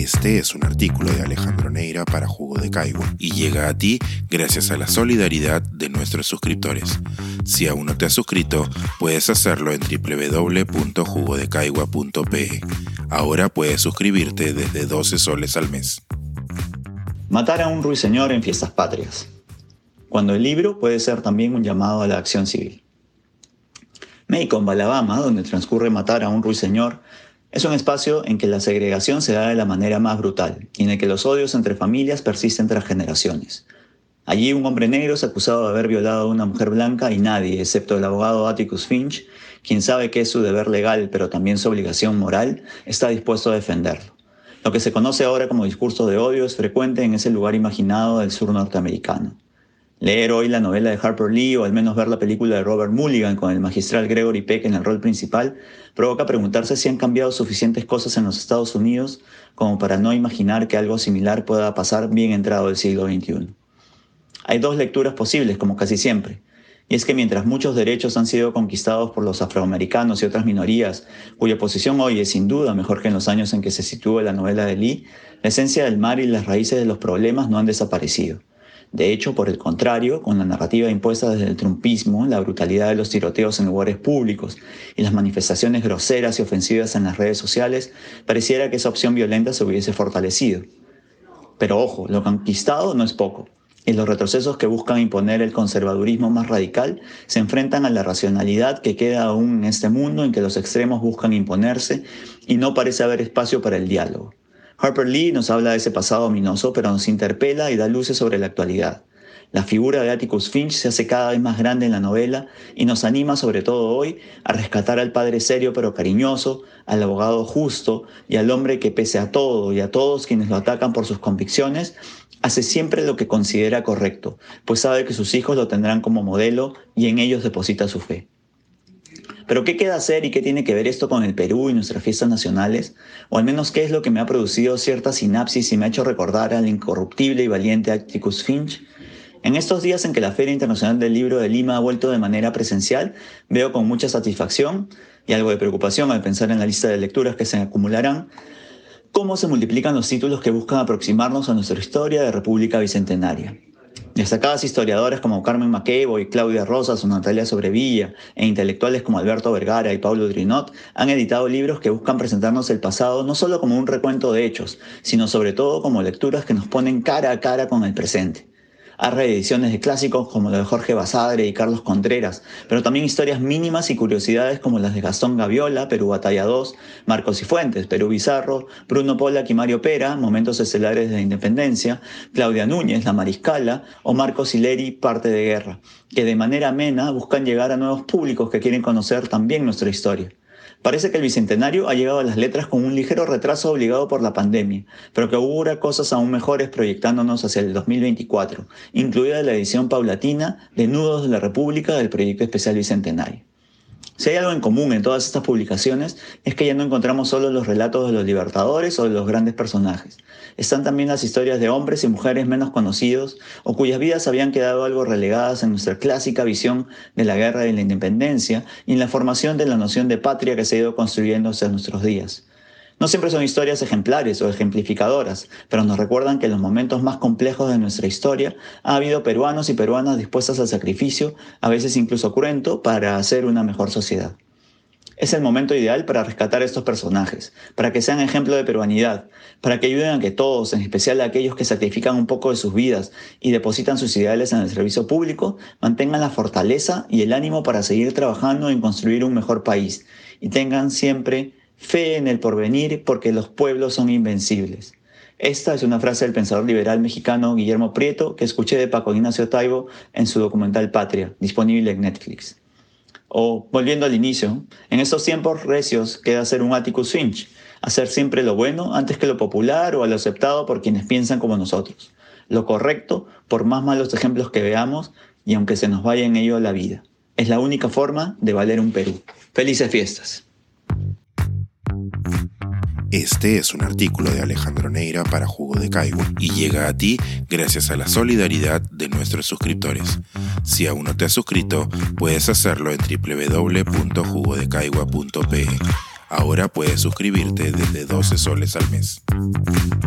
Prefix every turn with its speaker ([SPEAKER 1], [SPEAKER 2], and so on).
[SPEAKER 1] Este es un artículo de Alejandro Neira para Jugo de Caigua y llega a ti gracias a la solidaridad de nuestros suscriptores. Si aún no te has suscrito, puedes hacerlo en www.jugodecaigua.pe. Ahora puedes suscribirte desde 12 soles al mes.
[SPEAKER 2] Matar a un ruiseñor en fiestas patrias. Cuando el libro puede ser también un llamado a la acción civil. Macomb, Alabama, donde transcurre Matar a un ruiseñor, es un espacio en que la segregación se da de la manera más brutal y en el que los odios entre familias persisten tras generaciones. Allí un hombre negro es acusado de haber violado a una mujer blanca y nadie, excepto el abogado Atticus Finch, quien sabe que es su deber legal pero también su obligación moral, está dispuesto a defenderlo. Lo que se conoce ahora como discurso de odio es frecuente en ese lugar imaginado del sur norteamericano. Leer hoy la novela de Harper Lee o al menos ver la película de Robert Mulligan con el magistral Gregory Peck en el rol principal provoca preguntarse si han cambiado suficientes cosas en los Estados Unidos como para no imaginar que algo similar pueda pasar bien entrado el siglo XXI. Hay dos lecturas posibles, como casi siempre, y es que mientras muchos derechos han sido conquistados por los afroamericanos y otras minorías, cuya posición hoy es sin duda mejor que en los años en que se sitúa la novela de Lee, la esencia del mal y las raíces de los problemas no han desaparecido. De hecho, por el contrario, con la narrativa impuesta desde el trumpismo, la brutalidad de los tiroteos en lugares públicos y las manifestaciones groseras y ofensivas en las redes sociales, pareciera que esa opción violenta se hubiese fortalecido. Pero ojo, lo conquistado no es poco, y los retrocesos que buscan imponer el conservadurismo más radical se enfrentan a la racionalidad que queda aún en este mundo en que los extremos buscan imponerse y no parece haber espacio para el diálogo. Harper Lee nos habla de ese pasado ominoso, pero nos interpela y da luces sobre la actualidad. La figura de Atticus Finch se hace cada vez más grande en la novela y nos anima, sobre todo hoy, a rescatar al padre serio pero cariñoso, al abogado justo y al hombre que pese a todo y a todos quienes lo atacan por sus convicciones, hace siempre lo que considera correcto, pues sabe que sus hijos lo tendrán como modelo y en ellos deposita su fe. ¿Pero qué queda hacer y qué tiene que ver esto con el Perú y nuestras fiestas nacionales? O al menos qué es lo que me ha producido cierta sinapsis y me ha hecho recordar al incorruptible y valiente Atticus Finch. En estos días en que la Feria Internacional del Libro de Lima ha vuelto de manera presencial, veo con mucha satisfacción y algo de preocupación al pensar en la lista de lecturas que se acumularán, cómo se multiplican los títulos que buscan aproximarnos a nuestra historia de República Bicentenaria. Destacadas historiadoras como Carmen Maquebo y Claudia Rosas o Natalia Sobrevilla e intelectuales como Alberto Vergara y Paulo Drinot han editado libros que buscan presentarnos el pasado no solo como un recuento de hechos, sino sobre todo como lecturas que nos ponen cara a cara con el presente. Hay reediciones de clásicos como la de Jorge Basadre y Carlos Contreras, pero también historias mínimas y curiosidades como las de Gastón Gaviola, Perú Batalla 2, Marcos y Fuentes, Perú Bizarro, Bruno Pollack y Mario Pera, Momentos Estelares de la Independencia, Claudia Núñez, La Mariscala, o Marcos Hileri, Parte de Guerra, que de manera amena buscan llegar a nuevos públicos que quieren conocer también nuestra historia. Parece que el Bicentenario ha llegado a las letras con un ligero retraso obligado por la pandemia, pero que augura cosas aún mejores proyectándonos hacia el 2024, incluida la edición paulatina de Nudos de la República del Proyecto Especial Bicentenario. Si hay algo en común en todas estas publicaciones es que ya no encontramos solo los relatos de los libertadores o de los grandes personajes. Están también las historias de hombres y mujeres menos conocidos o cuyas vidas habían quedado algo relegadas en nuestra clásica visión de la guerra y la independencia y en la formación de la noción de patria que se ha ido construyendo hacia nuestros días. No siempre son historias ejemplares o ejemplificadoras, pero nos recuerdan que en los momentos más complejos de nuestra historia ha habido peruanos y peruanas dispuestas al sacrificio, a veces incluso cruento, para hacer una mejor sociedad. Es el momento ideal para rescatar a estos personajes, para que sean ejemplo de peruanidad, para que ayuden a que todos, en especial a aquellos que sacrifican un poco de sus vidas y depositan sus ideales en el servicio público, mantengan la fortaleza y el ánimo para seguir trabajando en construir un mejor país y tengan siempre fe en el porvenir porque los pueblos son invencibles. Esta es una frase del pensador liberal mexicano Guillermo Prieto que escuché de Paco Ignacio Taibo en su documental Patria, disponible en Netflix. O, volviendo al inicio, en estos tiempos recios queda ser un Atticus Finch, hacer siempre lo bueno antes que lo popular o lo aceptado por quienes piensan como nosotros. Lo correcto, por más malos ejemplos que veamos y aunque se nos vaya en ello la vida. Es la única forma de valer un Perú. ¡Felices fiestas!
[SPEAKER 1] Este es un artículo de Alejandro Neira para Jugo de Caigua y llega a ti gracias a la solidaridad de nuestros suscriptores. Si aún no te has suscrito, puedes hacerlo en www.jugodecaigua.pe. Ahora puedes suscribirte desde 12 soles al mes.